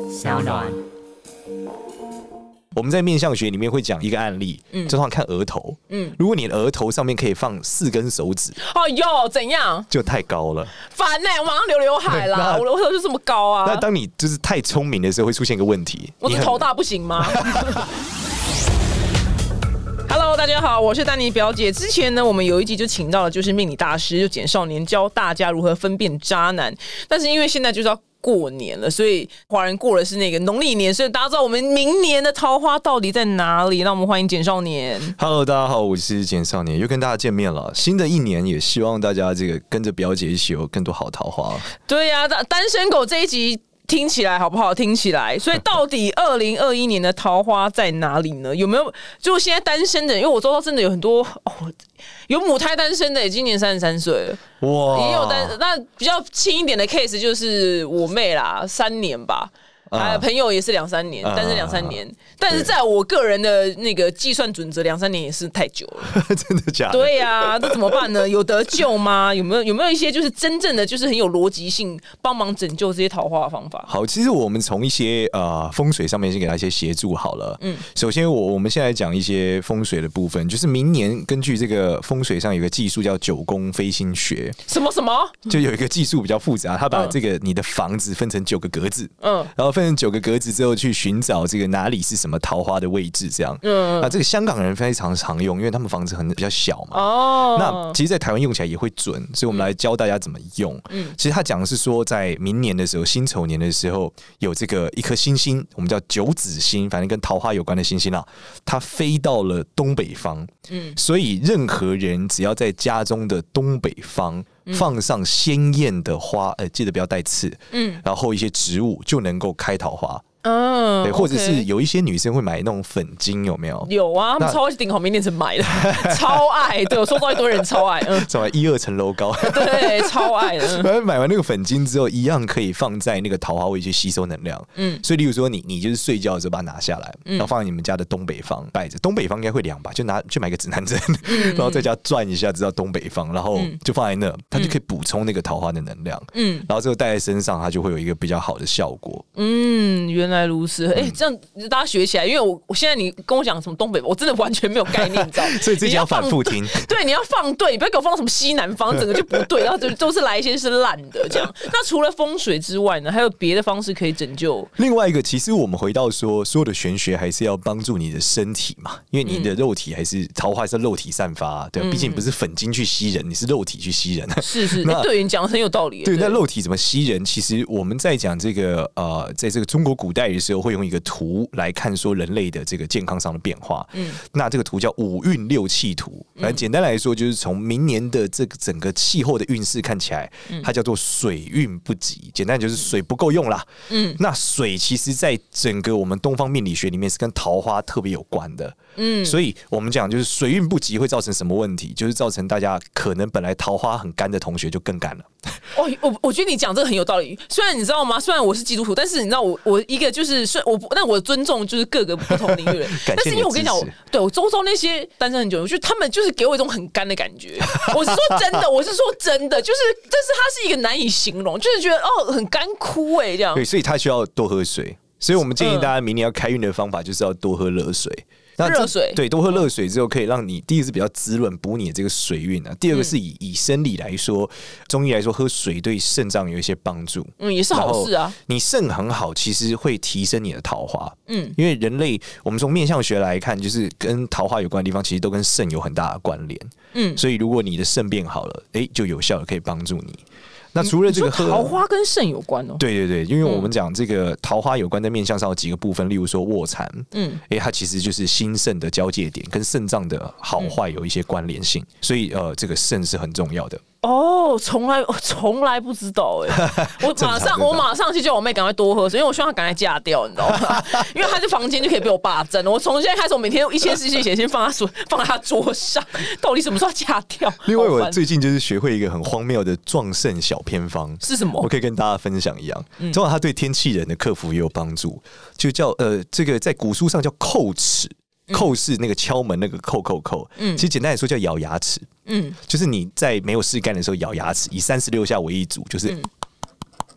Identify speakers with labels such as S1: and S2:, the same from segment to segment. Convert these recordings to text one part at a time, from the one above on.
S1: 小暖。
S2: 我们在面相学里面会讲一个案例，就通常看额头，如果你的额头上面可以放4根手指，
S1: 哦哟，怎样？
S2: 就太高了，
S1: 烦我马上留刘海啦！我的额头就这么高啊。
S2: 那当你就是太聪明的时候，会出现一个问题，
S1: 我是头大不行吗？Hello， 大家好，我是丹妮表姐。之前呢，我们有一集就请到了就是命理大师，就简少年教大家如何分辨渣男。但是因为现在就是要过年了，所以华人过的是那个农历年，所以大家知道我们明年的桃花到底在哪里？让我们欢迎简少年。
S2: Hello， 大家好，我是简少年，又跟大家见面了。新的一年也希望大家这个跟着表姐一起有更多好桃花。
S1: 对呀，单身狗这一集听起来好不好？听起来，所以到底2021年的桃花在哪里呢？有没有？就现在单身的人，因为我周遭真的有很多有母胎单身的，今年33岁了。哇，也有那比较轻一点的 case 就是我妹啦，3年吧。朋友也是2-3年，但是2-3年，但是在我个人的那个计算准则，2-3年也是太久了。
S2: 真的假的？
S1: 对呀，这怎么办呢？有得救吗？有没有一些就是真正的就是很有逻辑性，帮忙拯救这些桃花的方法？
S2: 好，其实我们从一些风水上面先给他一些协助好了。首先我们现在讲一些风水的部分，就是明年根据这个风水上有个技术叫9宫飞星学。
S1: 什么？
S2: 就有一个技术比较复杂，他把这个你的房子分成9个格子，然后分成9个格子之后去寻找这个哪里是什么桃花的位置，这样。这个香港人非常常用，因为他们房子比较小嘛。那其实，在台湾用起来也会准，所以我们来教大家怎么用。其实他讲的是说，在明年的时候，辛丑年的时候，有这个一颗星星，我们叫9子星，反正跟桃花有关的星星啦，它飞到了东北方。所以任何人只要在家中的东北方放上鲜艳的花，记得不要带刺，然后一些植物就能够开桃花。对，或者是有一些女生会买那种粉晶，有没有？有
S1: 啊，他们超爱去顶好名店城买的，超爱。对，我收到一堆人超爱，
S2: 什么1-2层楼高，
S1: 对，超爱的。
S2: 反正买完那个粉晶之后，一样可以放在那个桃花位去吸收能量。所以例如说你就是睡觉的时候把它拿下来，然后放在你们家的东北方摆着，东北方应该会凉吧？去买个指南针，然后在家转一下，知道东北方，然后就放在那，它就可以补充那个桃花的能量。然后这个戴在身上，它就会有一个比较好的效果。
S1: 原来如此，这样大家学起来，因为我现在你跟我讲什么东北，我真的完全没有概念，你知道？
S2: 所以自己要反复听。
S1: 对，你要放对，你不要给我放什么西南方，整个就不对，然后都是来一些是烂的这样。那除了风水之外呢，还有别的方式可以拯救？
S2: 另外一个，其实我们回到说，所有的玄学还是要帮助你的身体嘛，因为你的肉体还是桃花，是肉体散发，对，毕竟你不是粉晶去吸人，你是肉体去吸人。
S1: 是，对，你讲的很有道理。
S2: 对，那肉体怎么吸人？其实我们在讲这个在这个中国古代的时候，会用一个图来看说人类的这个健康上的变化。那这个图叫5运6气图。反正简单来说，就是从明年的这个整个气候的运势看起来，它叫做水运不及。简单就是水不够用啦。那水其实在整个我们东方命理学里面是跟桃花特别有关的。所以我们讲就是水运不及会造成什么问题？就是造成大家可能本来桃花很干的同学就更干了。
S1: 我觉得你讲这个很有道理。虽然你知道吗？虽然我是基督徒，但是你知道我一个就是但我尊重就是各个不同领域的人。但是因为我跟你讲，对我周遭那些单身很久，我觉得他们就是给我一种很干的感觉。我是说真的，就是但是它是一个难以形容，就是觉得很干枯这样。
S2: 对，所以他需要多喝水。所以我们建议大家明年要开运的方法就是要多喝热水。
S1: 热水
S2: 对，多喝热水之后可以让你第一个是比较滋润，补你的这个水运啊。第二个是以生理来说，中医来说，喝水对肾脏有一些帮助，
S1: 也是好事啊。
S2: 你肾很好，其实会提升你的桃花，因为人类我们从面相学来看，就是跟桃花有关的地方，其实都跟肾有很大的关联。所以如果你的肾变好了，就有效的可以帮助你。那除了这个
S1: 桃花跟肾有关哦，
S2: 对，因为我们讲这个桃花有关的面向上有几个部分，例如说卧蚕，它其实就是心肾的交界点，跟肾脏的好坏有一些关联性，所以这个肾是很重要的。
S1: 从来不知道我马上去叫我妹赶快多喝水，因为我希望她赶快嫁掉，你知道吗？因为她在房间就可以被我霸占了。我从现在开始，我每天1000 cc 水先放在她桌上，到底什么时候嫁掉？
S2: 另外，我最近就是学会一个很荒谬的壮肾小偏方，
S1: 是什么？
S2: 我可以跟大家分享一样，正好它对天气人的克服也有帮助，就叫这个在古书上叫叩齿。叩是那个敲门那个叩，其实简单来说叫咬牙齿，就是你在没有事干的时候咬牙齿，以36下为一组，就是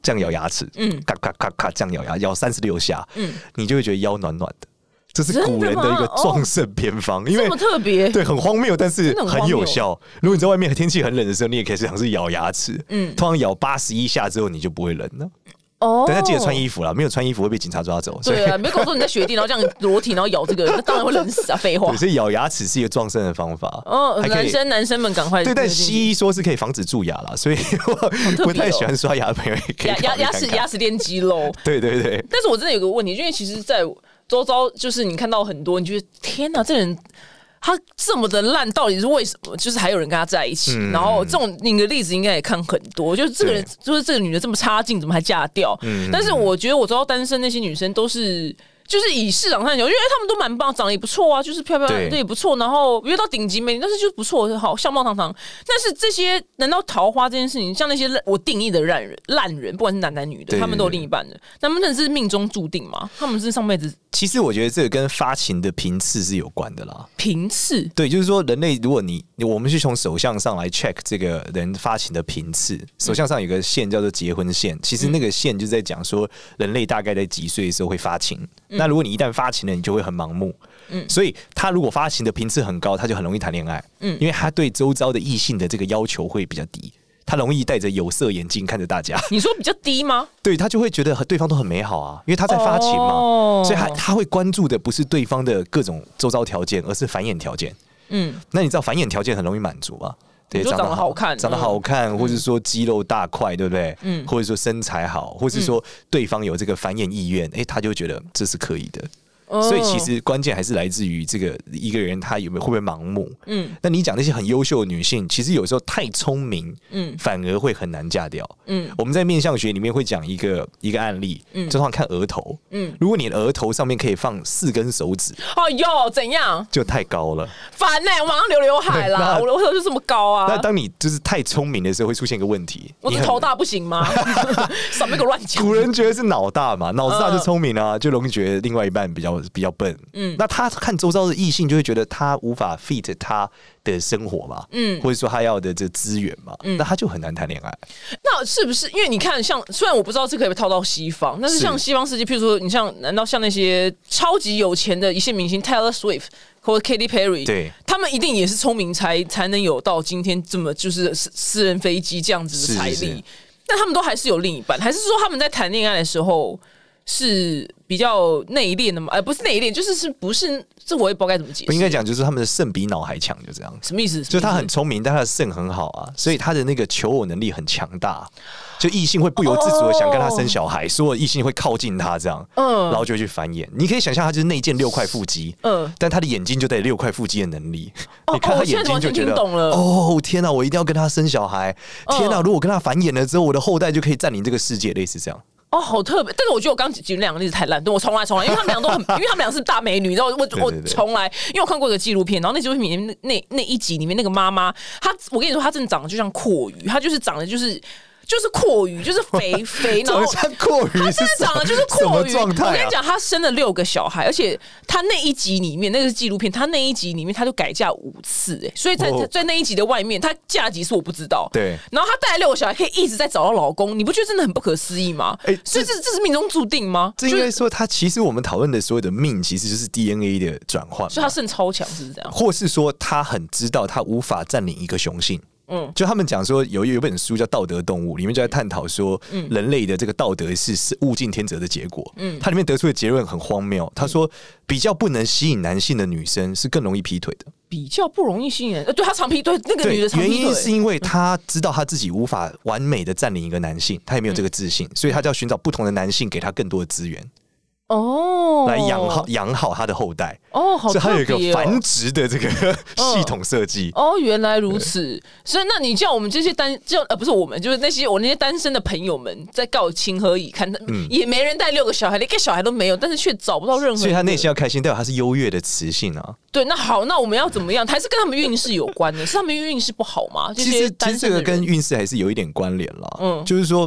S2: 这样咬牙齿，咔咔咔咔这样咬牙，咬36下，你就会觉得腰暖暖的。这是古人的一个壮盛偏方，因为
S1: 这么特别，
S2: 对，很荒谬，但是很有效。如果你在外面天气很冷的时候，你也可以尝试咬牙齿，通常咬81下之后，你就不会冷了。大家记得穿衣服啦，没有穿衣服会被警察抓走。
S1: 对啊，没跟我说你在雪地，然后这样裸体，然后咬这个，那当然会冷死啊！废话。
S2: 所以咬牙齿是一个壮盛的方法。
S1: 男生们赶快。
S2: 对，但西医说是可以防止蛀牙啦，所以我不太喜欢刷牙的朋友也可以
S1: 牙齿练肌肉。
S2: 对对对。
S1: 但是我真的有个问题，因为其实，在周遭就是你看到很多，你觉得天哪，这人。他这么的烂，到底是为什么？就是还有人跟他在一起，然后这种你的例子应该也看很多。就是这个人，就是这个女的这么差劲，怎么还嫁掉？但是我觉得我知道单身那些女生都是。就是以市场上讲，因为他们都蛮棒，长得也不错啊，就是漂漂亮亮也不错，然后约到顶级美女，但是就是不错，好相貌堂堂。但是这些难道桃花这件事情，像那些我定义的烂人，不管是男女的，他们都有另一半的，他们真的是命中注定吗？他们是上辈子？
S2: 其实我觉得这个跟发情的频次是有关的啦。
S1: 频次？对，
S2: 就是说人类，如果我们是从手相上来 check 这个人发情的频次，手相上有个线叫做结婚线，其实那个线就在讲说人类大概在几岁的时候会发情。那如果你一旦发情了，你就会很盲目。所以他如果发情的频次很高，他就很容易谈恋爱。因为他对周遭的异性的这个要求会比较低，他容易戴着有色眼镜看着大家。
S1: 你说比较低吗？
S2: 对，他就会觉得对方都很美好啊，因为他在发情嘛，所以他会关注的不是对方的各种周遭条件，而是繁衍条件。那你知道繁衍条件很容易满足啊？对，
S1: 长得好看，
S2: 或者说肌肉大块，对不对？或者说身材好，或者说对方有这个繁衍意愿，他就觉得这是可以的。所以其实关键还是来自于这个一个人他会不会盲目。那你讲那些很优秀的女性，其实有时候太聪明，反而会很难嫁掉。我们在面相学里面会讲一个案例，就常看额头。如果你的额头上面可以放4根手指，
S1: 哦哟，怎样？
S2: 就太高了，
S1: 烦我马上留海啦！我的额头就这么高啊。
S2: 那当你就是太聪明的时候，会出现一个问题，
S1: 我是头大不行吗？少没给我乱讲。
S2: 古人觉得是脑大嘛，脑子大就聪明啊，就容易觉得另外一半比较笨。那他看周遭的异性，就会觉得他无法 fit 他的生活嘛，或者说他要的这资源嘛，那他就很难谈恋爱。
S1: 那是不是因为你看，像虽然我不知道这可以套到西方，但是像西方世界，譬如说，你难道像那些超级有钱的一线明星 Taylor Swift 或者 Katy Perry，
S2: 对，
S1: 他们一定也是聪明才能有到今天这么就是私人飞机这样子的财力，但他们都还是有另一半，还是说他们在谈恋爱的时候是比较内敛的吗？不是内敛，就是不是？这我也不知道该怎么解释。
S2: 我应该讲，就是他们的肾比脑还强，就这样。
S1: 什么意思？
S2: 就是他很聪明，但他的肾很好啊，所以他的那个求偶能力很强大。就异性会不由自主的想跟他生小孩，所有异性会靠近他，这样，然后就会去繁衍。你可以想象，他就是内建6块腹肌，但他的眼睛就带6块腹肌的能力。你看他眼睛就觉得，哦，天哪，我一定要跟他生小孩！天哪，如果跟他繁衍了之后，我的后代就可以占领这个世界，类似这样。
S1: 哦，好特别！但是我觉得我刚举两个例子太烂，对我从来，因为他们俩都很，因为他们俩是大美女，你知道我从来，因为我看过一个纪录片，然后那纪录片里面那一集里面那个妈妈，我跟你说，她真的长得就像阔鱼，她就是长得就是阔鱼，就是肥，然后
S2: 像阔鱼，
S1: 他真的长得就是阔鱼。
S2: 我
S1: 跟你讲，他生了6个小孩，而且他那一集里面那个是纪录片，他那一集里面他就改嫁5次，所以在那一集的外面，他嫁几次我不知道。
S2: 对，
S1: 然后他带了6个小孩，可以一直在找到老公，你不觉得真的很不可思议吗？所以这是命中注定吗？
S2: 这应该说，他其实我们讨论的所有的命，其实就是 DNA 的转换，
S1: 所以他肾超强，是这样，
S2: 或是说他很知道他无法占领一个雄性。就他们讲说有一本书叫《道德动物》，里面就在探讨说，人类的这个道德是物竞天择的结果。它里面得出的结论很荒谬，他说比较不能吸引男性的女生是更容易劈腿的。
S1: 比较不容易吸引人，对，他常劈腿，那个女的常劈腿，
S2: 原因是因为他知道他自己无法完美的占领一个男性，他也没有这个自信，所以他就要寻找不同的男性，给他更多的资源。来养好他的后代
S1: 好特别哦，
S2: 所以他有一个繁殖的这个系统设计。
S1: 原来如此。所以那你叫我们这些不是我们，就是那些单身的朋友们在告情何以堪？也没人带6个小孩，连个小孩都没有，但是却找不到任何。
S2: 所以他内心要开心，代表他是优越的雌性啊。
S1: 对，那好，那我们要怎么样？还是跟他们运势有关的？是他们运势不好吗？
S2: 其实这个跟运势还是有一点关联啦。就是说，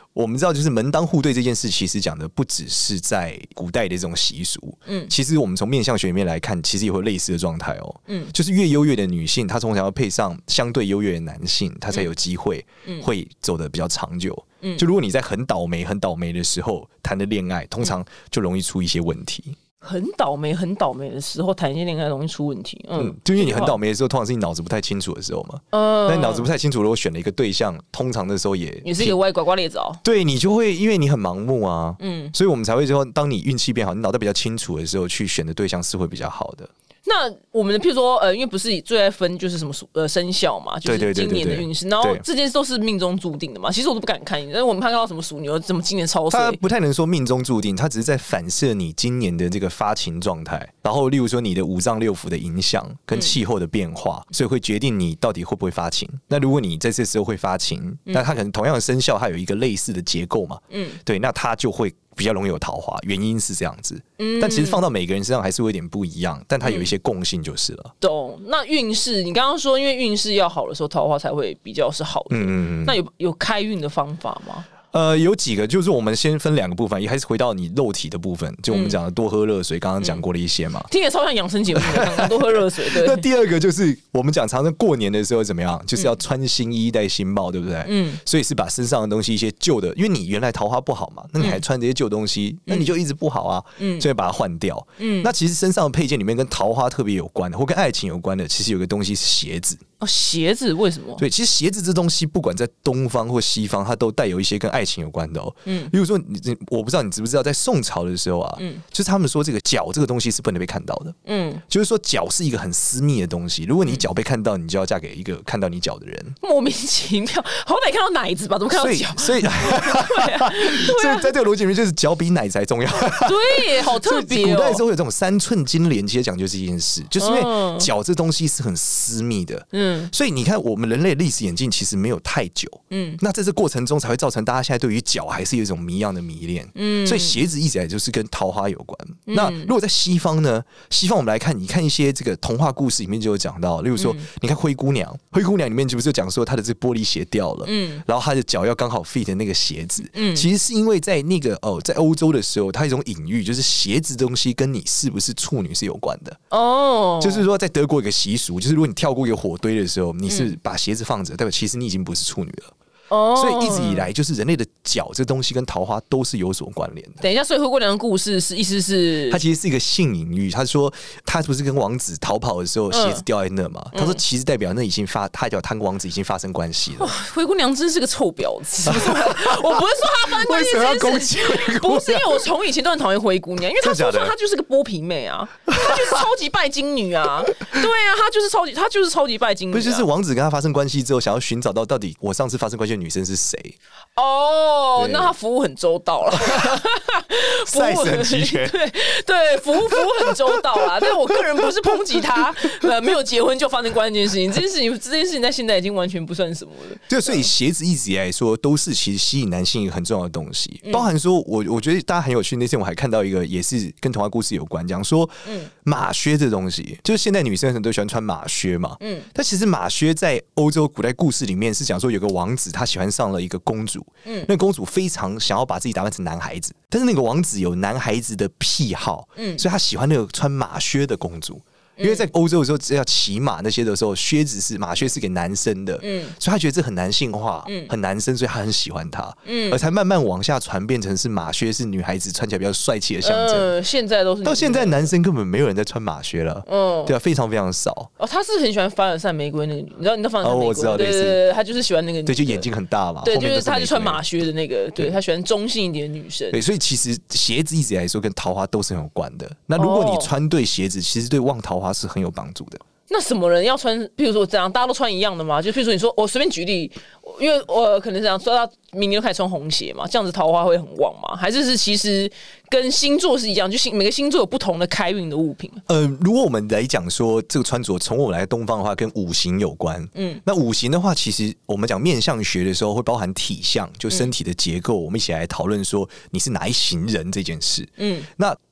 S2: 我们知道，就是门当户对这件事，其实讲的不只是在古代的这种习俗，其实我们从面相学里面来看，其实也会有类似的状态哦，就是越优越的女性，她通常要配上相对优越的男性，她才有机会会走得比较长久。就如果你在很倒霉的时候谈的恋爱，通常就容易出一些问题。
S1: 很倒霉的时候谈一些恋爱容易出问题，
S2: 就因为你很倒霉的时候，通常是你脑子不太清楚的时候嘛。但你脑子不太清楚，如果选了一个对象，通常的时候也
S1: 是一个歪瓜瓜裂枣。对，
S2: 你就会因为你很盲目啊，所以我们才会说，当你运气变好，你脑袋比较清楚的时候，去选的对象是会比较好的。
S1: 那我们譬如说，因为不是最爱分就是什么生肖嘛，就是今年的运势，然后这件事都是命中注定的嘛。其实我都不敢看，因为我们看到什么属牛怎么今年超衰，
S2: 他不太能说命中注定，他只是在反射你今年的这个发情状态，然后例如说你的五脏六腑的影响跟气候的变化，所以会决定你到底会不会发情。那如果你在这时候会发情，那它可能同样的生肖，它有一个类似的结构嘛，对，那它就会比较容易有桃花，原因是这样子。但其实放到每个人身上还是会有点不一样，但它有一些共性就是了。
S1: 懂。那运势，你刚刚说，因为运势要好的时候，桃花才会比较是好的。那有开运的方法吗？
S2: 有几个，就是我们先分两个部分，也还是回到你肉体的部分，就我们讲的多喝热水，刚刚讲过了一些嘛，
S1: 听起来超像养生节目的，刚刚多喝热水。对。
S2: 那第二个就是我们讲常常过年的时候怎么样，就是要穿新衣戴新帽，对不对？所以是把身上的东西一些旧的，因为你原来桃花不好嘛，那你还穿这些旧东西，那你就一直不好啊，所以把它换掉。那其实身上的配件里面跟桃花特别有关的，或跟爱情有关的，其实有个东西是鞋子。
S1: 鞋子为什么？
S2: 对，其实鞋子这东西，不管在东方或西方，它都带有一些跟爱情有关的哦。比如说我不知道你知不知道，在宋朝的时候啊，就是他们说这个脚这个东西是不能被看到的。就是说脚是一个很私密的东西，如果你脚被看到，你就要嫁给一个看到你脚的人。
S1: 莫名其妙，好歹看到奶子吧，怎么看到脚？
S2: 所以所以在这个逻辑里面，就是脚比奶才重要。
S1: 对，好特别。
S2: 古代的时候有这种3寸金莲，其实讲究这件事，就是因为脚这东西是很私密的。所以你看，我们人类的历史演进其实没有太久，那在这过程中才会造成大家现在对于脚还是有一种谜样的迷恋，所以鞋子一直以来就是跟桃花有关。那如果在西方呢？西方我们来看，你看一些这个童话故事里面就有讲到，例如说，你看灰姑娘里面就不是讲说她的这玻璃鞋掉了，然后她的脚要刚好 fit 那个鞋子，其实是因为在那个在欧洲的时候，它有一种隐喻，就是鞋子东西跟你是不是处女是有关的。就是说在德国有个习俗，就是如果你跳过一个火堆的时候，你是把鞋子放着，代表其实你已经不是处女了。所以一直以来，就是人类的脚这东西跟桃花都是有所关联的。
S1: 等一下，所以灰姑娘的故事是意思是，
S2: 它其实是一个性隐喻。他说，他不是跟王子逃跑的时候鞋子掉在那嘛？他说，其实代表那已经他跟王子已经发生关系了。
S1: 灰姑娘真是个臭婊子！我不是说她发生关系这件事，不是因为我从以前都很讨厌灰姑娘，因为她说她就是个剥皮妹啊，她就是超级拜金女啊，对啊，她就是超级拜金女。
S2: 不是，就是王子跟她发生关系之后，想要寻找到底我上次发生关系的女生是谁？
S1: 那他服务很周到了，
S2: 服务很齐全，
S1: 对，服务很周到啦。但我个人不是抨击他，没有结婚就发生关键事情，这件事情在现在已经完全不算什么了。
S2: 对，所以鞋子一直以来说都是其实吸引男性一个很重要的东西，包含说我觉得大家很有趣。那天我还看到一个也是跟童话故事有关，讲说马靴这东西，就是现在女生很多喜欢穿马靴嘛，但其实马靴在欧洲古代故事里面是讲说有个王子他喜欢上了一个公主，那公主非常想要把自己打扮成男孩子，但是那个王子有男孩子的癖好，所以他喜欢那个穿马靴的公主。因为在欧洲的时候，只要骑马那些的时候，马靴是给男生的，所以他觉得这很男性化，很男生，所以他很喜欢它，而才慢慢往下传变成是马靴是女孩子穿起来比较帅气的象征。
S1: 现在都是
S2: 到现在男生根本没有人在穿马靴了，对啊，非常非常少。
S1: 他是很喜欢凡尔赛玫瑰那个，你知道凡尔赛玫瑰？
S2: 我知道，
S1: 对，他就是喜欢那个，
S2: 对，就眼睛很大嘛，
S1: 对，就是他就穿马靴的那个，对他喜欢中性一点的女生。
S2: 对，所以其实鞋子一直来说跟桃花都是很有关的。那如果你穿对鞋子，其实对旺桃花是很有帮助的。
S1: 那什么人要穿？譬如说这样，大家都穿一样的吗？就譬如说，你说我随便举例，因为我可能这样说到明年就开始穿红鞋嘛，这样子桃花会很旺吗？还是其实跟星座是一样，就每个星座有不同的开运的物品？
S2: 如果我们来讲说这个穿着，从我们来东方的话，跟五行有关。那五行的话，其实我们讲面相学的时候，会包含体相，就身体的结构。我们一起来讨论说你是哪一型人这件事。那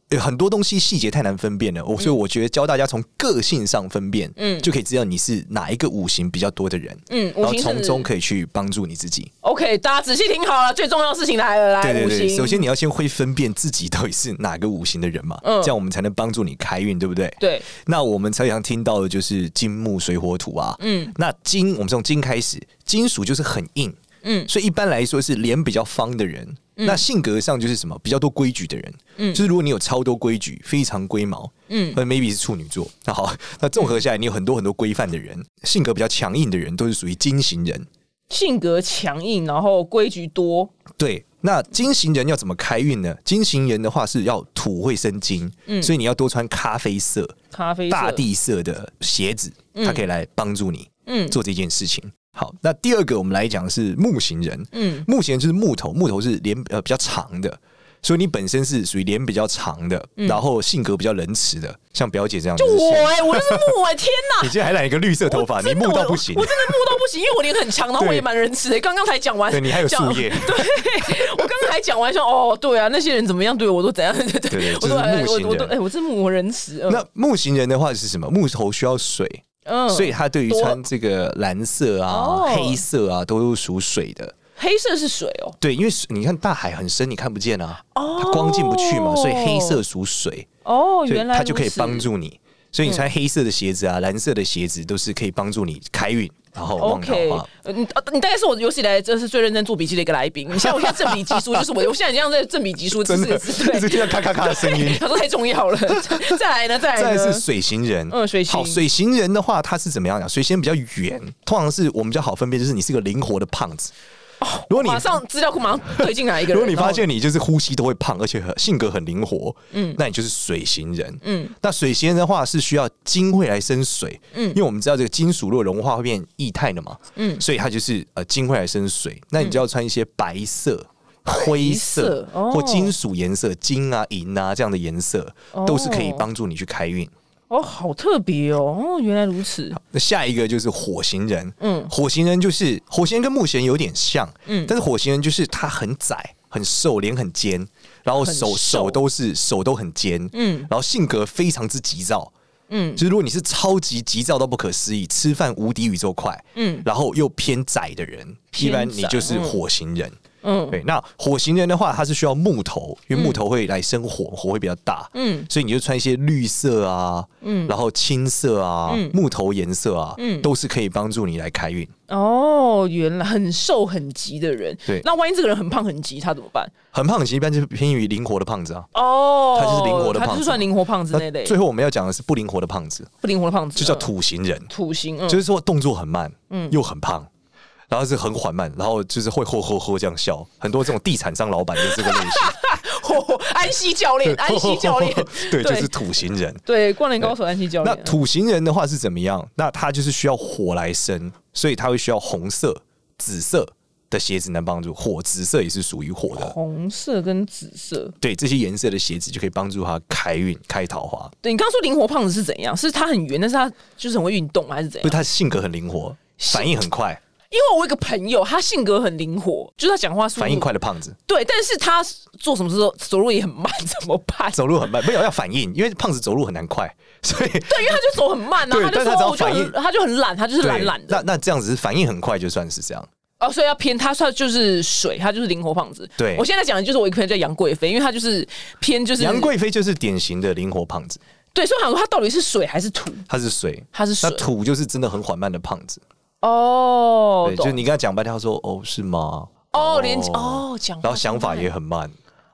S2: 很多东西细节太难分辨了，所以我觉得教大家从个性上分辨，就可以知道你是哪一个五行比较多的人，然后从中可以去帮助你自己。
S1: OK， 大家仔细听好了，最重要的事情来了，来，
S2: 对，首先你要先会分辨自己到底是哪个五行的人嘛，这样我们才能帮助你开运，对不对？
S1: 对。
S2: 那我们常常听到的就是金木水火土啊，那金我们从金开始，金属就是很硬，所以一般来说是脸比较方的人。那性格上就是什么比较多规矩的人，就是如果你有超多规矩，非常龟毛，maybe 是处女座。那好，那综合下来，你有很多规范的人，性格比较强硬的人，都是属于金型人。
S1: 性格强硬，然后规矩多。
S2: 对，那金型人要怎么开运呢？金型人的话是要土会生金，所以你要多穿咖啡色、大地色的鞋子，它可以来帮助你做这件事情。好，那第二个我们来讲是木型人，木型人就是木头是脸比较长的，所以你本身是属于脸比较长的，然后性格比较仁慈的，像表姐这样。
S1: 就我我就是木天哪！
S2: 你今天还染一个绿色头发，你木到不行。
S1: 我真的木到不行，因为我脸很长，然后我也蛮仁慈的。刚刚才讲完，
S2: 对你还有树叶。
S1: 对，我刚刚才讲完说对啊，那些人怎么样对我都怎样，
S2: 对，就是木型人。
S1: 我这木我仁慈。
S2: 那木型人的话是什么？木头需要水。所以他对于穿这个蓝色啊、黑色啊，都是属水的。
S1: 黑色是水哦，
S2: 对，因为你看大海很深，你看不见啊，它光进不去嘛，所以黑色属水。原来它就可以帮助你。所以你穿黑色的鞋子啊、蓝色的鞋子，都是可以帮助你开运，然后旺桃花。
S1: 你大概是我有史以来这是最认真做笔记的一个来宾。你像我现在正笔疾书，就是我现在这样在正笔疾书，
S2: 真的一直听到咔咔咔的声音，
S1: 他说太重要了。再来呢？
S2: 再来是水型人。好，水型人的话，他是怎么样讲？水型人比较圆，通常是我们比较好分辨，就是你是个灵活的胖子。
S1: 如果你马上资料库马上推进来一个人，
S2: 如果你发现你就是呼吸都会胖，而且性格很灵活，那你就是水型人。那水型人的话是需要金会来生水，因为我们知道这个金属如果融化会变液态的嘛，所以它就是金会来生水。那你就要穿一些白色、灰色或金属颜色，金啊、银啊这样的颜色，都是可以帮助你去开运。
S1: 好特别哦！原来如此。
S2: 那下一个就是火型人。火型人就是火型人跟木型人有点像，但是火型人就是他很窄、很瘦，脸很尖，然后手都很尖，然后性格非常之急躁。就是如果你是超级急躁到不可思议，吃饭无敌宇宙快，然后又偏窄的人，一般你就是火型人。对，那火型人的话，他是需要木头，因为木头会来生火，火会比较大，所以你就穿一些绿色啊，然后青色啊，木头颜色啊，都是可以帮助你来开运。
S1: 原来很瘦很急的人，对，那万一这个人很胖很急，他怎么办？
S2: 很胖很急，一般就是偏于灵活的胖子啊。他就是灵活的胖子，
S1: 他就算灵活胖子那类。
S2: 最后我们要讲的是不灵活的胖子，就叫土型人。
S1: 土型，
S2: 就是说动作很慢，又很胖。然后是很缓慢，然后就是会呵这样笑，很多这种地产商老板的这个类型。
S1: 安西教练，
S2: 对，就是土型人。
S1: 对，灌篮高手安西教练。
S2: 那土型人的话是怎么样？那他就是需要火来生，所以他会需要红色、紫色的鞋子能帮助火，紫色也是属于火的。
S1: 红色跟紫色，
S2: 对，这些颜色的鞋子就可以帮助他开运、开桃花。
S1: 对，你刚刚说灵活胖子是怎样？是他很圆，但是他就是很会运动，还是怎样？
S2: 不是，他性格很灵活，反应很快。
S1: 因为我有一个朋友，他性格很灵活，就是他讲话
S2: 反应快的胖子。
S1: 对，但是他做什么时候走路也很慢，怎么办？
S2: 走路很慢，没有要反应，因为胖子走路很难快，所以
S1: 对，因为他就走很慢啊，他就说他就很懒，他就是懒的。
S2: 那这样子反应很快，就算是这样。
S1: 所以要偏他就是水，他就是灵活胖子。
S2: 对，
S1: 我现在讲的就是我一个朋友叫杨贵妃，因为他就是偏就是
S2: 杨贵妃就是典型的灵活胖子。
S1: 对，所以我想说他到底是水还是土？
S2: 他是水，
S1: 那
S2: 土就是真的很缓慢的胖子。
S1: 对，
S2: 就你跟他讲半天，他说是吗？讲，然后想法也很慢。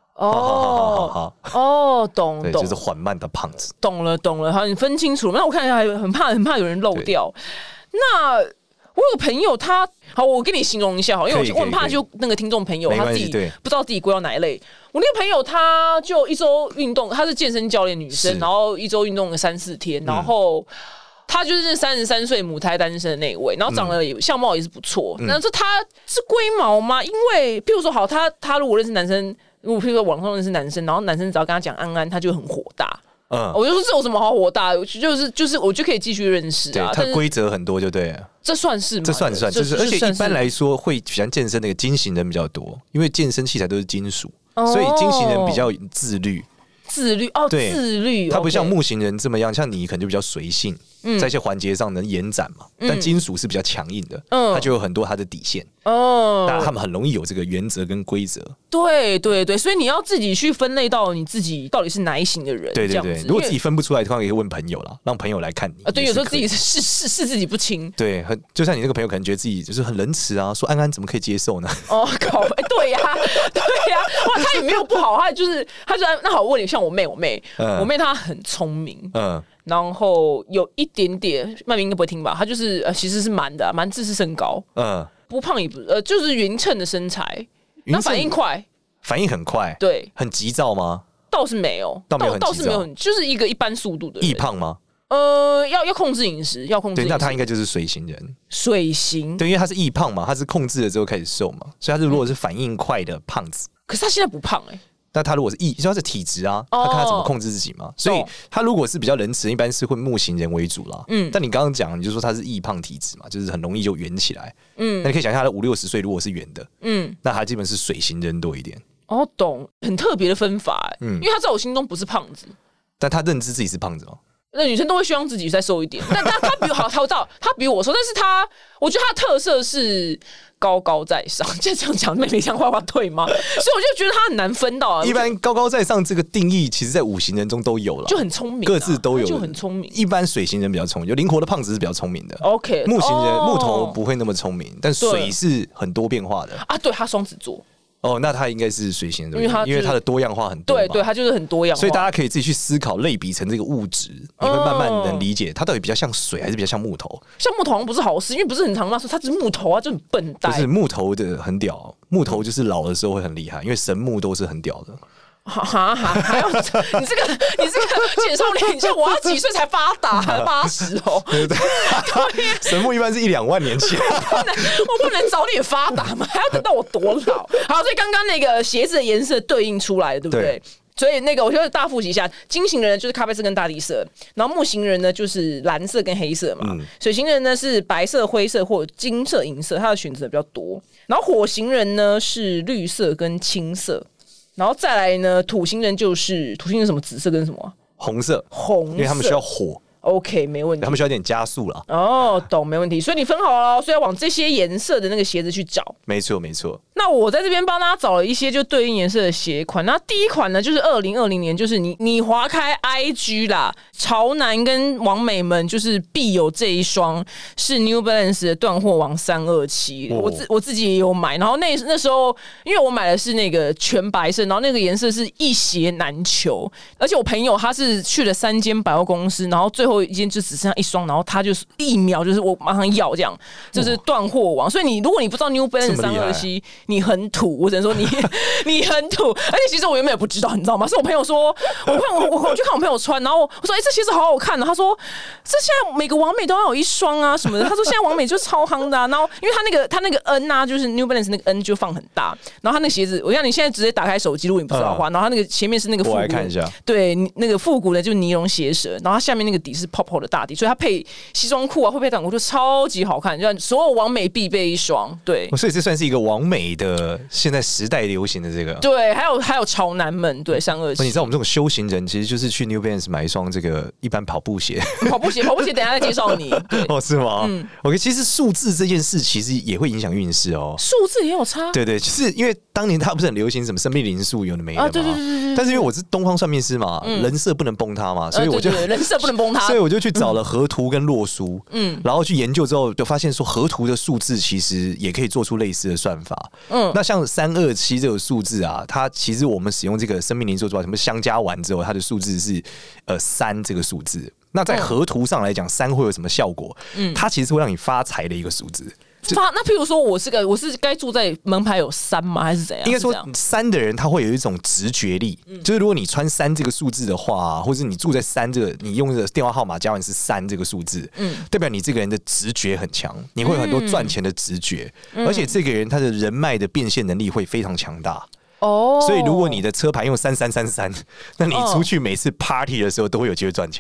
S1: 懂，
S2: 对，就是缓慢的胖子。
S1: 懂了。好，你分清楚了。那我看一下，很怕有人漏掉。那我有个朋友，好，我跟你形容一下好，因为我很怕就那个听众朋友他自己不知道自己归到哪一类。我那个朋友他就一周运动，他是健身教练女生，然后一周运动了3-4天，然后。他就是那33岁母胎单身的那一位，然后长得相貌也是不错。那说他是龟毛吗？因为譬如说，好，他如果认识男生，如果譬如说网上认识男生，然后男生只要跟他讲安安，他就很火大。我就说这有什么好火大？就是我就可以继续认识啊。
S2: 他规则很多就对了。
S1: 这算是吗？
S2: 这算，就是而且一般来说会喜欢健身那个金型人比较多，因为健身器材都是金属，所以金型人比较自律。
S1: 自律哦，自律，
S2: 它不像木型人这么样，像你可能就比较随性，在一些环节上能延展嘛。但金属是比较强硬的，它就有很多它的底线哦。但他们很容易有这个原则跟规则。
S1: 对对对，所以你要自己去分类到你自己到底是哪一型的人。
S2: 对对对，如果自己分不出来的话，可以问朋友啦，让朋友来看你。
S1: 对，有时候自己是自己不清。
S2: 对，就像你那个朋友可能觉得自己就是很仁慈啊，说安安怎么可以接受呢？
S1: 哦，对呀，哇，他也没有不好，他就那好，我问你，像我妹她很聪明，然后有一点点，麦明应该不会听吧？她就是其实是蛮自视甚高，不胖也不就是匀称的身材，那反应快，
S2: 反应很快，
S1: 对，
S2: 很急躁吗？
S1: 倒是没有，倒是没有很，就是一个一般速度的人。
S2: 易胖吗？
S1: 要控制饮食，要控制饮食。
S2: 对，那他应该就是水型人。
S1: 水型，
S2: 对，因为他是易胖嘛，他是控制了之后开始瘦嘛，所以他如果是反应快的胖子，
S1: 可是他现在不胖
S2: 那他如果是他是体质啊，他看他怎么控制自己嘛。所以他如果是比较仁慈，一般是会木型人为主啦。但你刚刚讲，你就说他是易胖体质嘛，就是很容易就圆起来。那你可以想象他的50-60岁如果是圆的，那他基本是水型人多一点。
S1: 哦，懂，很特别的分法因为他在我心中不是胖子，
S2: 但他认知自己是胖子吗？
S1: 那女生都会希望自己再瘦一点，但他比我好，他比我瘦，但是我觉得他的特色是高高在上，这样讲妹妹像画对吗？所以我就觉得他很难分到啊。
S2: 一般高高在上这个定义，其实在5型人中都有了，
S1: 就很聪明，
S2: 各自都有，
S1: 就很聪明。
S2: 一般水型人比较聪明，有灵活的胖子是比较聪明的。
S1: OK，
S2: 木型人木头不会那么聪明，但水是很多变化的
S1: 啊。对，他双子座。
S2: 那他应该是水型人，因为他的多样化很多。
S1: 对，他就是很多样化，
S2: 所以大家可以自己去思考，类比成这个物质，你会慢慢能理解它到底比较像水还是比较像木头。
S1: 像木头好像不是好事，因为不是很常说它是木头啊，就很笨蛋。
S2: 不是木头的很屌，木头就是老的时候会很厉害，因为神木都是很屌的。
S1: 还要你这个简少年，你像我要几岁才发达？80哦，
S2: 对，神木一般是1-2万年前，
S1: 我不能早点发达吗？还要等到我多老？好，所以刚刚那个鞋子的颜色对应出来，对不对？所以那个我觉得大复习一下，金型人就是咖啡色跟大地色，然后木型人呢就是蓝色跟黑色嘛，水型人呢是白色、灰色或金色、银色，它的选择比较多。然后火型人呢是绿色跟青色。然后再来呢，土型人就是土型人什么紫色跟什么
S2: 红色，因为他们需要火。
S1: OK， 没问题。
S2: 他们需要点加速啦。
S1: 懂，没问题。所以你分好了，所以要往这些颜色的那个鞋子去找。
S2: 没错，没错。
S1: 那我在这边帮大家找了一些就对应颜色的鞋款。那第一款呢，就是2020年，就是你滑开 IG 啦，潮男跟网美们就是必有这一双，是 New Balance 的断货王327。我自己也有买，然后那时候因为我买的是那个全白色，然后那个颜色是一鞋难求，而且我朋友他是去了3间百货公司，然后最后一间就只剩下一双，然后他就是一秒就是我马上要这样，就是断货王。所以如果你不知道 New Balance 327，你很土，我只能说你很土。而且其实我原本也不知道，你知道吗？是我朋友说，我去看我朋友穿，然后我说这鞋子好好看的。他说这现在每个网美都要有一双啊什么的。他说现在网美就超夯的啊。然后因为他那个 N 啊，就是 New Balance 那个 N 就放很大，然后他那个鞋子，我让你现在直接打开手机，如果你不知道的话，然后他那个前面是那个复古，
S2: 我来看一下，
S1: 对，那个复古的就是尼龙鞋舌，然后它下面那个底是泡泡的大底，所以它配西装裤啊，会配短裤就超级好看，就所有网美必备一双。对，
S2: 所以这算是一个网美的现在时代流行的这个。
S1: 对，还有潮男们，对327。
S2: 你知道我们这种修行人，其实就是去 New Balance 买一双这个一般跑步鞋。
S1: 跑步鞋，等一下再介绍你。
S2: 是吗？OK， 其实数字这件事其实也会影响运势哦。
S1: 数字也有差。
S2: 对，就是因为当年它不是很流行什么生命灵数有的没的嘛。对。但是因为我是东方算命师嘛，人设不能崩塌嘛，所以我就
S1: 人设不能崩塌，
S2: 所以我就去找了河图跟洛书，然后去研究之后，就发现说河图的数字其实也可以做出类似的算法。那像327这个数字啊，它其实我们使用这个生命灵数做什么相加完之后，它的数字是3这个数字。那在河图上来讲，3会有什么效果？它其实会让你发财的一个数字。
S1: 那譬如说我是该住在门牌有3吗？还是怎样？
S2: 应该说3的人他会有一种直觉力，就是如果你穿3这个数字的话，或者你住在3这个，你用的电话号码加完是3这个数字，代表你这个人的直觉很强，你会有很多赚钱的直觉，而且这个人他的人脉的变现能力会非常强大。所以如果你的车牌用3333，那你出去每次 party 的时候都会有机会赚钱。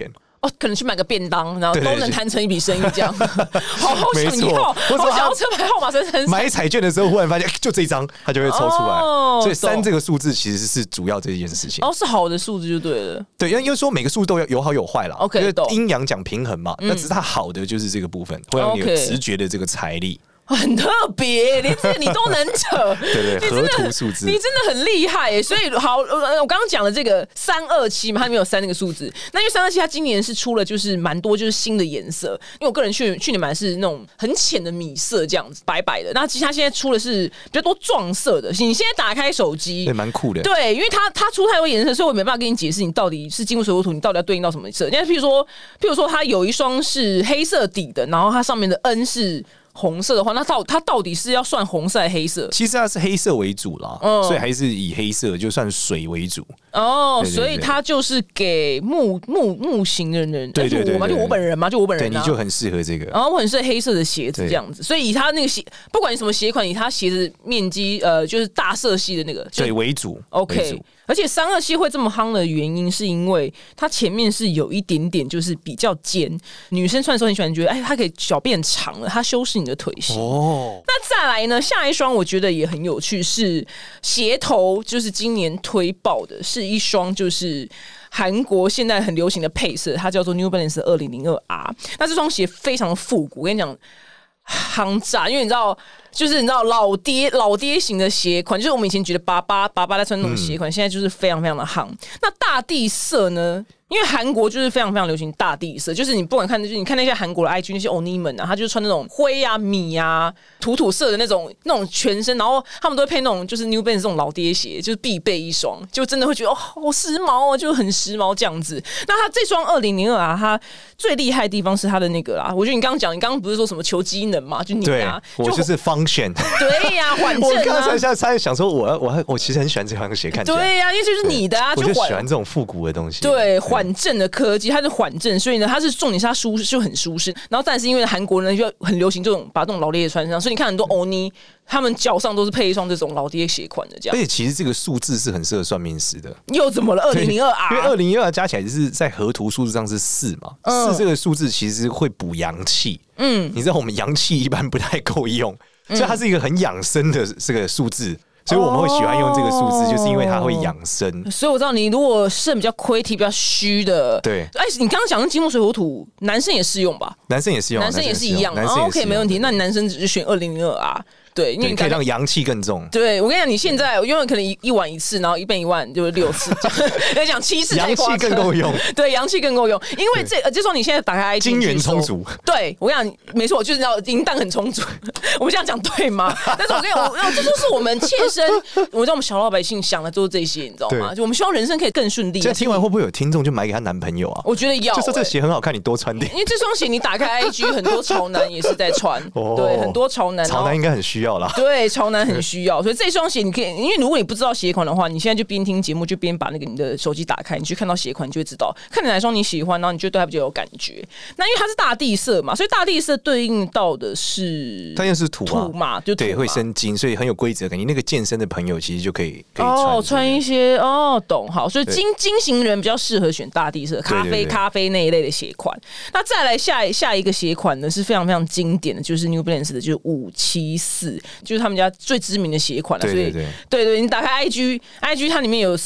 S1: 可能去买个便当，然后都能谈成一笔生意，这样。好想要，好想要车牌号码333。
S2: 买彩券的时候，忽然发现就这一张，它就会抽出来。所以3这个数字其实是主要这一件事情。
S1: 是好的数字就对了。
S2: 对，因为说每个数字都有好有坏啦。
S1: OK，
S2: 阴阳讲平衡嘛，那只是它好的就是这个部分，会让你有直觉的这个财力。
S1: 很特别，连这个你都能扯，
S2: 对，河图数字，
S1: 你真的很厉害耶！所以好，我刚刚讲的这个327嘛，它里面有3那个数字。那因为327它今年是出了就是蛮多就是新的颜色，因为我个人去年买的是那种很浅的米色这样子，白白的。那其实它现在出的是比较多撞色的。你现在打开手机，
S2: 对，蛮酷的。
S1: 对，因为它出太多颜色，所以我没办法跟你解释你到底是金木水火土，你到底要对应到什么色。譬如说它有一双是黑色底的，然后它上面的 N 是红色的话，那它到底是要算红色还是黑色？
S2: 其实它是黑色为主啦，所以还是以黑色就算水为主。
S1: 所以它就是给木型的人，
S2: 对，
S1: 就我本人嘛，就我本人，
S2: 对，你就很适合这个。
S1: 然后我很适合黑色的鞋子这样子，所以以它那个鞋，不管你什么鞋款，以它鞋子面积就是大色系的那个
S2: 对为主
S1: ，OK。而且327会这么夯的原因，是因为它前面是有一点点就是比较尖，女生穿的时候很喜欢觉得，它可以脚变长了，它修饰你的腿型。那再来呢，下一双我觉得也很有趣，是鞋头，就是今年推爆的，是一双就是韩国现在很流行的配色，它叫做 New Balance 2002R。那这双鞋非常的复古，我跟你讲。夯炸，因为你知道老爹型的鞋款，就是我们以前觉得爸爸在穿那种鞋款，现在就是非常非常的夯。那大地色呢？因为韩国就是非常非常流行大地色，就是你不管看，就是你看那些韩国的 IG 那些欧尼们啊，他就是穿那种灰啊、米啊、土色的那种全身，然后他们都会配那种就是 New Balance 这种老爹鞋，就是必备一双，就真的会觉得好时髦哦，就很时髦这样子。那他这双2002啊，它最厉害的地方是它的那个啦，我觉得你刚刚不是说什么求机能嘛，就你啊，
S2: 我就是 function，
S1: 对呀，缓震啊。
S2: 我刚才差点想说我其实很喜欢这双鞋，看起来
S1: 对呀，因为就是你的啊，
S2: 我就喜欢这种复古的东西，
S1: 对。缓震的科技，它是缓震，所以呢，它是重点是它舒适就很舒适。然后，但是因为韩国人就很流行把这种老爹鞋穿上，所以你看很多欧尼，他们脚上都是配一双这种老爹鞋款的这样。
S2: 而且其实这个数字是很适合算命师的。
S1: 又怎么了？2002R，
S2: 因为2002加起来就是在河图数字上是4嘛，4这个数字其实会补阳气。你知道我们阳气一般不太够用，所以它是一个很养生的这个数字。所以我们会喜欢用这个数字，就是因为它会养生。
S1: 所以我知道你如果肾比较亏、体比较虚的，
S2: 对，
S1: 你刚刚讲的金木水火土，男生也适用吧？
S2: 男生也适用，
S1: 男生也是一样。OK， 没问题。那你男生只是选2002R。对，因为
S2: 你可以让阳气更重。
S1: 对，我跟你讲，你现在永远可能一晚1次，然后一遍1万就是6次，要讲7次，
S2: 阳气更够用。
S1: 对，阳气更够用，因为这时候你现在打开 IG，
S2: 金元充足。
S1: 对，我跟你讲，没错，就是要银弹很充足。我们这样讲对吗？但是我跟你讲，这就是我们切身，我知道我们小老百姓想的都是这些，你知道吗？就我们希望人生可以更顺利。
S2: 这听完会不会有听众就买给她男朋友啊？
S1: 我觉得要，
S2: 就说这鞋很好看，你多穿点。
S1: 因为这双鞋你打开 IG， 很多潮男也是在穿，对，很多潮男
S2: 应该很需要啦。
S1: 对，潮男很需要，所以这双鞋你可以，因为如果你不知道鞋款的话，你现在就边听节目就边把那个你的手机打开，你去看到鞋款，你就会知道，看哪双你喜欢，然后你就对它比较有感觉。那因为它是大地色嘛，所以大地色对应到的是
S2: 它又是土
S1: 嘛，就
S2: 对，会生金，所以很有规则感。你那个健身的朋友其实就可以
S1: 穿一些懂好，所以金型人比较适合选大地色，咖啡那一类的鞋款。那再来下一个鞋款呢是非常非常经典的，就是 New Balance 的，就是574，就是他们家最知名的鞋款了。所以对，你打开 IG 它里面有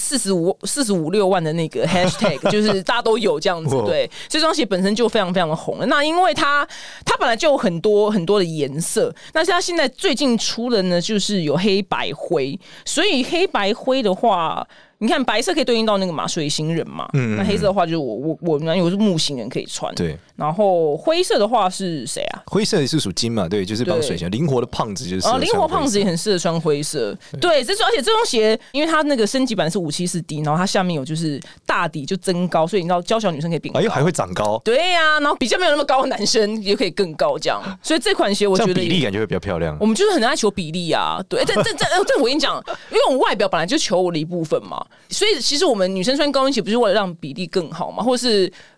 S1: 45-46万的那个 hashtag， 就是大家都有这样子。对，这双鞋本身就非常非常的红了。那因为它本来就有很多很多的颜色，那它现在最近出的呢，就是有黑白灰，所以黑白灰的话。你看白色可以对应到那个水型人嘛，那黑色的话就是我是木型人可以穿，
S2: 对。
S1: 然后灰色的话是谁啊？
S2: 灰色是属金嘛，对，就是帮水型灵活的胖子就是
S1: 灵活胖子也很适合穿灰色，对。而且这双鞋，因为它那个升级版是574D，然后它下面有就是大底就增高，所以你知道娇小女生可以变高，
S2: 还会长高，
S1: 对呀。然后比较没有那么高的男生也可以更高这样，所以这款鞋我觉得
S2: 比例感觉会比较漂亮。
S1: 我们就是很爱求比例啊，对。但我跟你讲，因为我们外表本来就求我的一部分嘛，所以其实我们女生穿高跟鞋不是为了让比例更好嘛，或是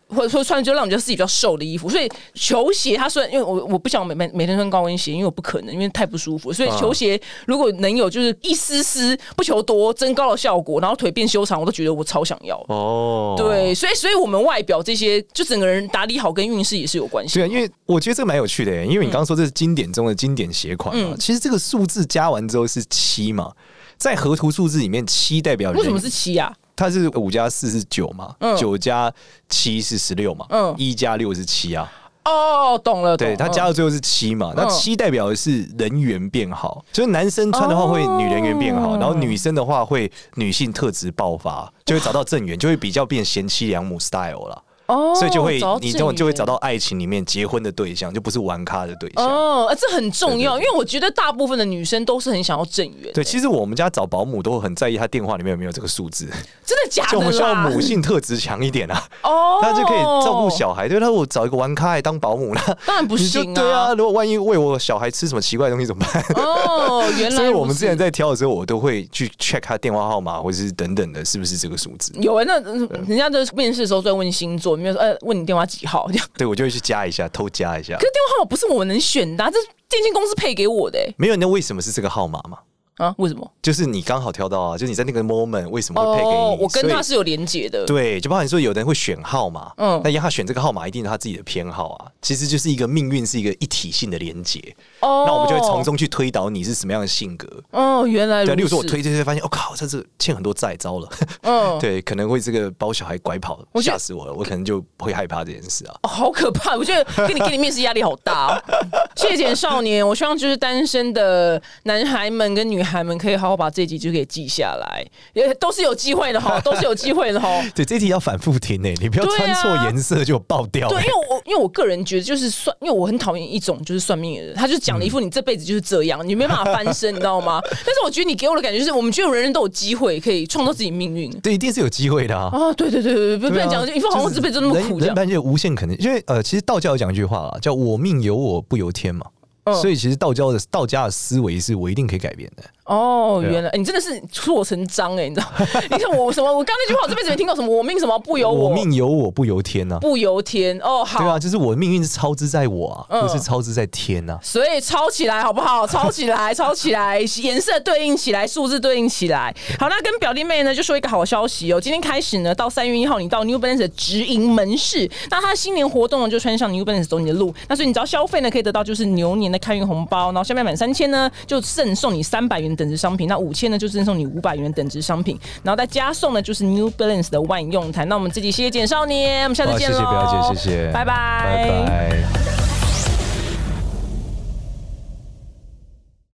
S1: 或者说穿就让你觉得自己比较瘦的衣服。所以球鞋它虽然因为我不想每天穿高跟鞋，因为我不可能，因为太不舒服。所以球鞋如果能有就是一丝丝不求多增高的效果，然后腿变修长，我都觉得我超想要。对，所以我们外表这些就整个人打理好跟运势也是有关系。
S2: 对，因为我觉得这个蛮有趣的，因为你刚刚说这是经典中的经典鞋款嘛，其实这个数字加完之后是7嘛，在河图数字里面7代表人。
S1: 为什么是7啊？
S2: 它是5加4是9嘛，9加7是16嘛，1加6是7啊。
S1: 懂了。
S2: 对，它加到最后是7嘛，那7代表的是人缘变好，就是男生穿的话会女人缘变好，然后女生的话会女性特质爆发，就会找到正缘，就会比较变贤妻良母 style 了。所以就会你就会找到爱情里面结婚的对象，就不是玩咖的对象。
S1: 这很重要，因为我觉得大部分的女生都是很想要正缘。
S2: 对，其实我们家找保姆都很在意她电话里面有没有这个数字。
S1: 真的假的啦？
S2: 就我们需要母性特质强一点啊，那就可以照顾小孩。对，那我找一个玩咖来当保姆呢？
S1: 当然不行啊。
S2: 对啊，如果万一喂我小孩吃什么奇怪的东西怎么办？
S1: 原来。
S2: 所以我们之前在挑的时候，我都会去 check 他电话号码或者是等等的，是不是这个数字？
S1: 有那人家在面试的时候在问星座，没有说问你电话几号这样。
S2: 对，我就会去加一下，偷加一下。可
S1: 是电话号码不是我们能选的，这是电信公司配给我的。
S2: 没有，那为什么是这个号码嘛？
S1: 为什么？
S2: 就是你刚好挑到啊，就是你在那个 moment 为什么会配给你？
S1: 我跟他是有连结的。
S2: 对，就包含说有的人会选号码，那他选这个号码一定是他自己的偏好啊。其实就是一个命运是一个一体性的连结。那我们就会从中去推导你是什么样的性格。
S1: 原来如此。
S2: 例如说我推发现，靠，这是欠很多债，糟了。对，可能会这个把我小孩拐跑，吓死我了，我可能就会害怕这件事啊。
S1: 好可怕！我觉得给你面试压力好大。谢谢少年，我希望就是单身的男孩们跟女孩们可以好好把这集就给记下来，都是有机会的哈，都是有机会的哈。
S2: 对，这题要反复听你不要穿错颜色就爆掉。
S1: 对，因为我个人觉得就是因为我很讨厌一种就是算命的人，他就讲了一副你这辈子就是这样，你没办法翻身，你知道吗？但是我觉得你给我的感觉就是，我们觉得人人都有机会可以创造自己命运。
S2: 对，一定是有机会的啊！
S1: 对，不能讲一副好像这辈子那么苦这样。
S2: 人就无限可能，因为其实道教有讲一句话啦，叫我命由我不由天嘛。所以其实道家的思维是我一定可以改变的。
S1: 原来你真的是出我成章你知道？你看我什么？我刚那句话我这辈子没听过，什么我命什么不由我
S2: 命由我不由天啊，
S1: 不由天好。
S2: 对啊，就是我的命运是操之在我不是操之在天啊。
S1: 所以抄起来好不好？抄起来，抄起来，颜色对应起来，数字对应起来。好，那跟表弟妹呢就说一个好消息今天开始呢，到3月1号，你到 New Balance 的直营门市，那它新年活动呢就穿上 New Balance 走你的路。那所以你只要消费呢，可以得到就是牛年的开运红包，然后下面满3000呢就赠送你300元等值商品，那5000呢就赠送你500元等值商品，然后再加送呢就是 New Balance 的万用毯。那我们这集谢谢简少年，我们下次见喽！
S2: 谢谢表姐，谢谢，
S1: 拜拜，
S2: 拜拜。